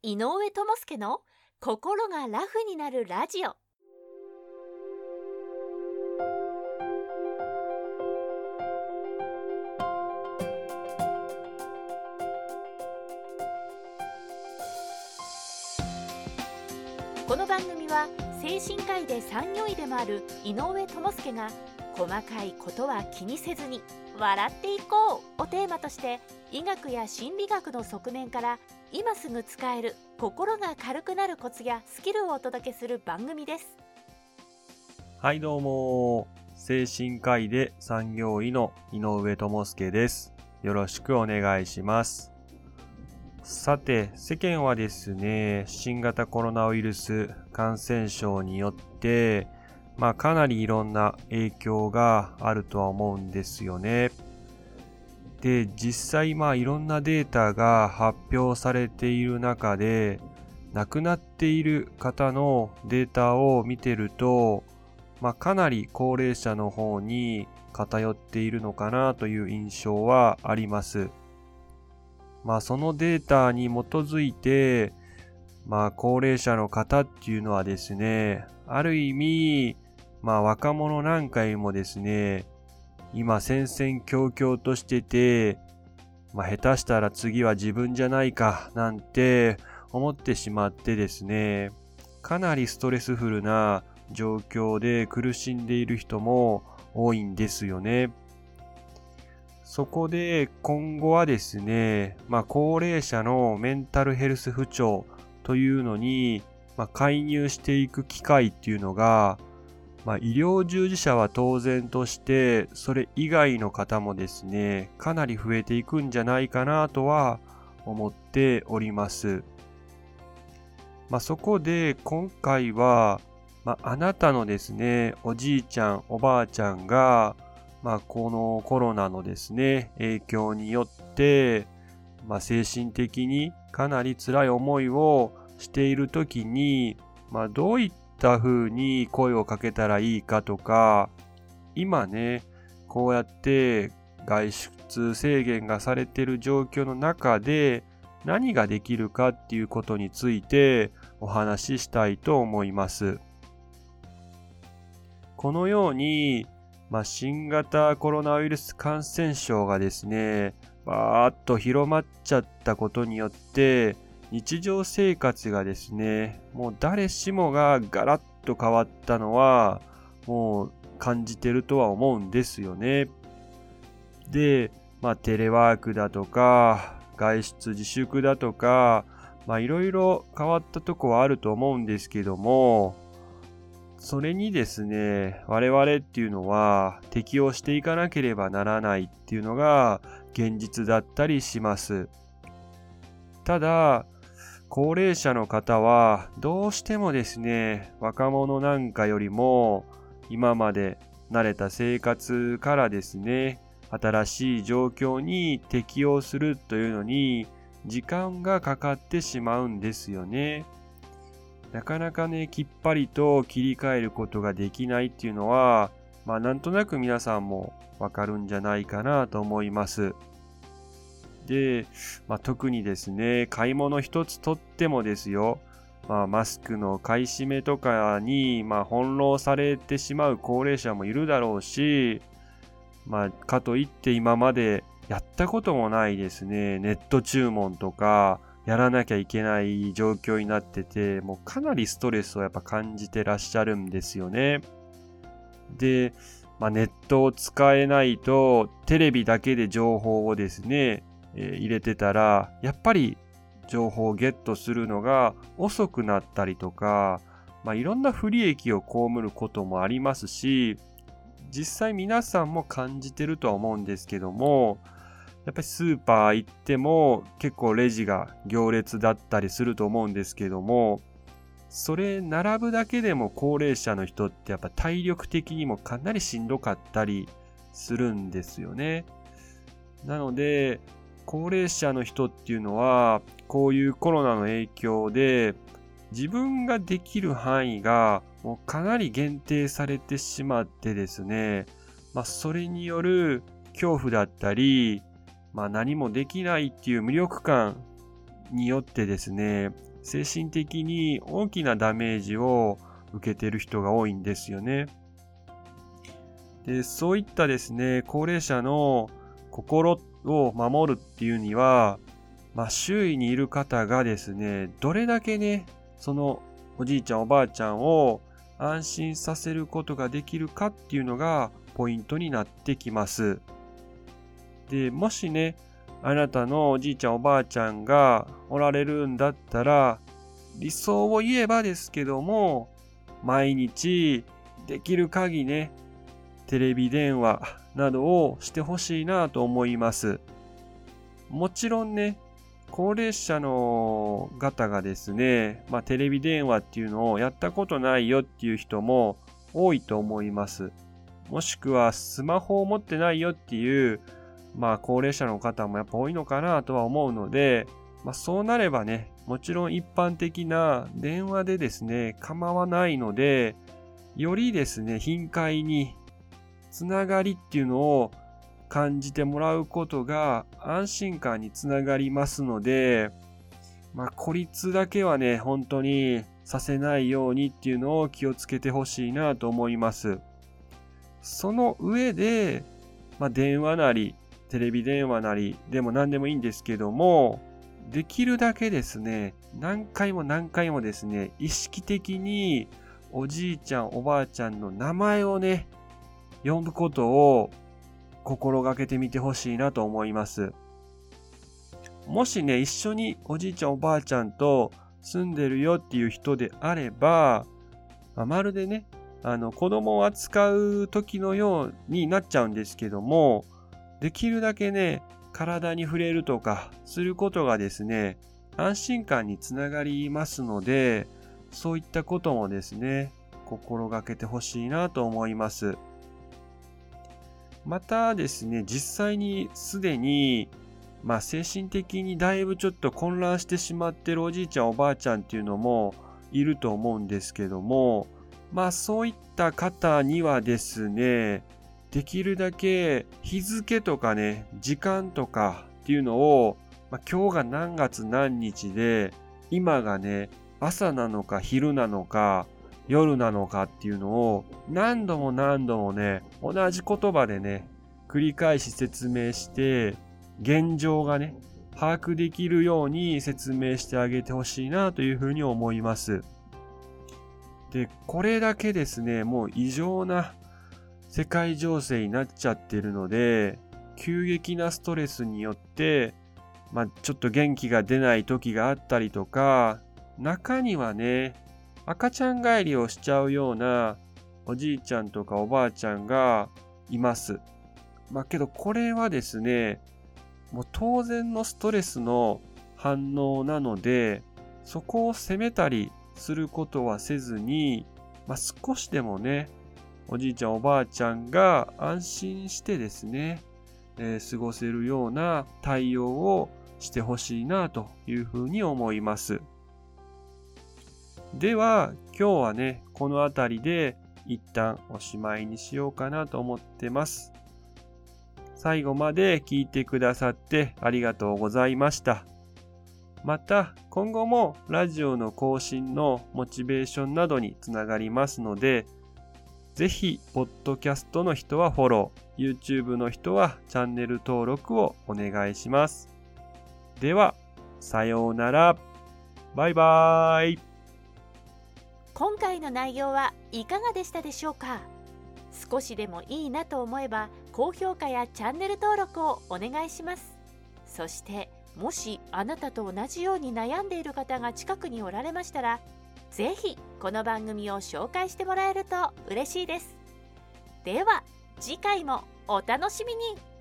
井上智介の心がラフになるラジオ。この番組は精神科医で産業医でもある井上智介が細かいことは気にせずに笑っていこうをテーマとして、医学や心理学の側面から今すぐ使える心が軽くなるコツやスキルをお届けする番組です。 はいどうも、精神科医で産業医の井上智介です。よろしくお願いします。さて、世間はですね、新型コロナウイルス感染症によってかなりいろんな影響があるとは思うんですよね。で、実際いろんなデータが発表されている中で、亡くなっている方のデータを見てると、かなり高齢者の方に偏っているのかなという印象はあります。そのデータに基づいて、高齢者の方っていうのはですね、ある意味、若者なんかよりもですね、今戦々恐々としてて、下手したら次は自分じゃないかなんて思ってしまってですね、かなりストレスフルな状況で苦しんでいる人も多いんですよね。そこで今後はですね、高齢者のメンタルヘルス不調というのに、介入していく機会っていうのが、医療従事者は当然として、それ以外の方もですね、かなり増えていくんじゃないかなとは思っております。そこで今回は、あなたのですね、おじいちゃん、おばあちゃんが、このコロナのですね、影響によって、精神的にかなり辛い思いをしているときに、どういった風に声をかけたらいいかとか、今ね、こうやって外出制限がされている状況の中で何ができるかっていうことについてお話ししたいと思います。このように、新型コロナウイルス感染症がですね、バーッと広まっちゃったことによって、日常生活がですね、もう誰しもがガラッと変わったのは、もう感じてるとは思うんですよね。で、テレワークだとか、外出自粛だとか、いろいろ変わったとこはあると思うんですけども、それにですね、我々っていうのは適応していかなければならないっていうのが現実だったりします。ただ、高齢者の方はどうしてもですね、若者なんかよりも今まで慣れた生活からですね、新しい状況に適応するというのに時間がかかってしまうんですよね。なかなかね、きっぱりと切り替えることができないっていうのは、なんとなく皆さんもわかるんじゃないかなと思います。で、特にですね、買い物一つとってもですよ、マスクの買い占めとかに、翻弄されてしまう高齢者もいるだろうし、かといって今までやったこともないですね、ネット注文とか、やらなきゃいけない状況になってて、もうかなりストレスをやっぱ感じてらっしゃるんですよね。で、ネットを使えないとテレビだけで情報をですね、入れてたら、やっぱり情報をゲットするのが遅くなったりとか、いろんな不利益を被ることもありますし、実際皆さんも感じてるとは思うんですけども、やっぱりスーパー行っても結構レジが行列だったりすると思うんですけども、それ並ぶだけでも高齢者の人ってやっぱ体力的にもかなりしんどかったりするんですよね。なので、高齢者の人っていうのは、こういうコロナの影響で自分ができる範囲がもうかなり限定されてしまってですね、それによる恐怖だったり、何もできないっていう無力感によってですね、 精神的に大きなダメージを受けている人が多いんですよね。で、そういったですね、高齢者の心を守るっていうには、周囲にいる方がですね、どれだけね、そのおじいちゃんおばあちゃんを安心させることができるかっていうのがポイントになってきます。で、もしね、あなたのおじいちゃんおばあちゃんがおられるんだったら、理想を言えばですけども、毎日できる限りね、テレビ電話などをしてほしいなと思います。もちろんね、高齢者の方がですね、テレビ電話っていうのをやったことないよっていう人も多いと思います。もしくはスマホを持ってないよっていう、高齢者の方もやっぱ多いのかなとは思うので、そうなればね、もちろん一般的な電話でですね、構わないので、よりですね、頻回につながりっていうのを感じてもらうことが安心感につながりますので、孤立だけはね、本当にさせないようにっていうのを気をつけてほしいなと思います。その上で、電話なり、テレビ電話なりでも何でもいいんですけども、できるだけですね、何回もですね、意識的におじいちゃんおばあちゃんの名前をね、呼ぶことを心がけてみてほしいなと思います。もしね、一緒におじいちゃんおばあちゃんと住んでるよっていう人であれば、まるでね、子供を扱う時のようになっちゃうんですけども、できるだけね、体に触れるとかすることがですね、安心感につながりますので、そういったこともですね、心がけてほしいなと思います。またですね、実際にすでに、精神的にだいぶちょっと混乱してしまってるおじいちゃんおばあちゃんっていうのもいると思うんですけども、そういった方にはですね、できるだけ日付とかね、時間とかっていうのを、今日が何月何日で、今がね、朝なのか昼なのか夜なのかっていうのを何度もね、同じ言葉でね、繰り返し説明して、現状がね、把握できるように説明してあげてほしいなというふうに思います。で、これだけですね、もう異常な世界情勢になっちゃってるので、急激なストレスによって、ちょっと元気が出ない時があったりとか、中にはね、赤ちゃん帰りをしちゃうようなおじいちゃんとかおばあちゃんがいます。けどこれはですね、もう当然のストレスの反応なので、そこを責めたりすることはせずに、少しでもね、おじいちゃんおばあちゃんが安心してですね、過ごせるような対応をしてほしいなというふうに思います。では今日はね、この辺りで一旦おしまいにしようかなと思ってます。最後まで聞いてくださってありがとうございました。また今後もラジオの更新のモチベーションなどにつながりますので、ぜひポッドキャストの人はフォロー、YouTube の人はチャンネル登録をお願いします。ではさようなら。バイバーイ。 今回の内容はいかがでしたでしょうか。少しでもいいなと思えば高評価やチャンネル登録をお願いします。そしてもしあなたと同じように悩んでいる方が近くにおられましたら、ぜひこの番組を紹介してもらえると嬉しいです。では次回もお楽しみに。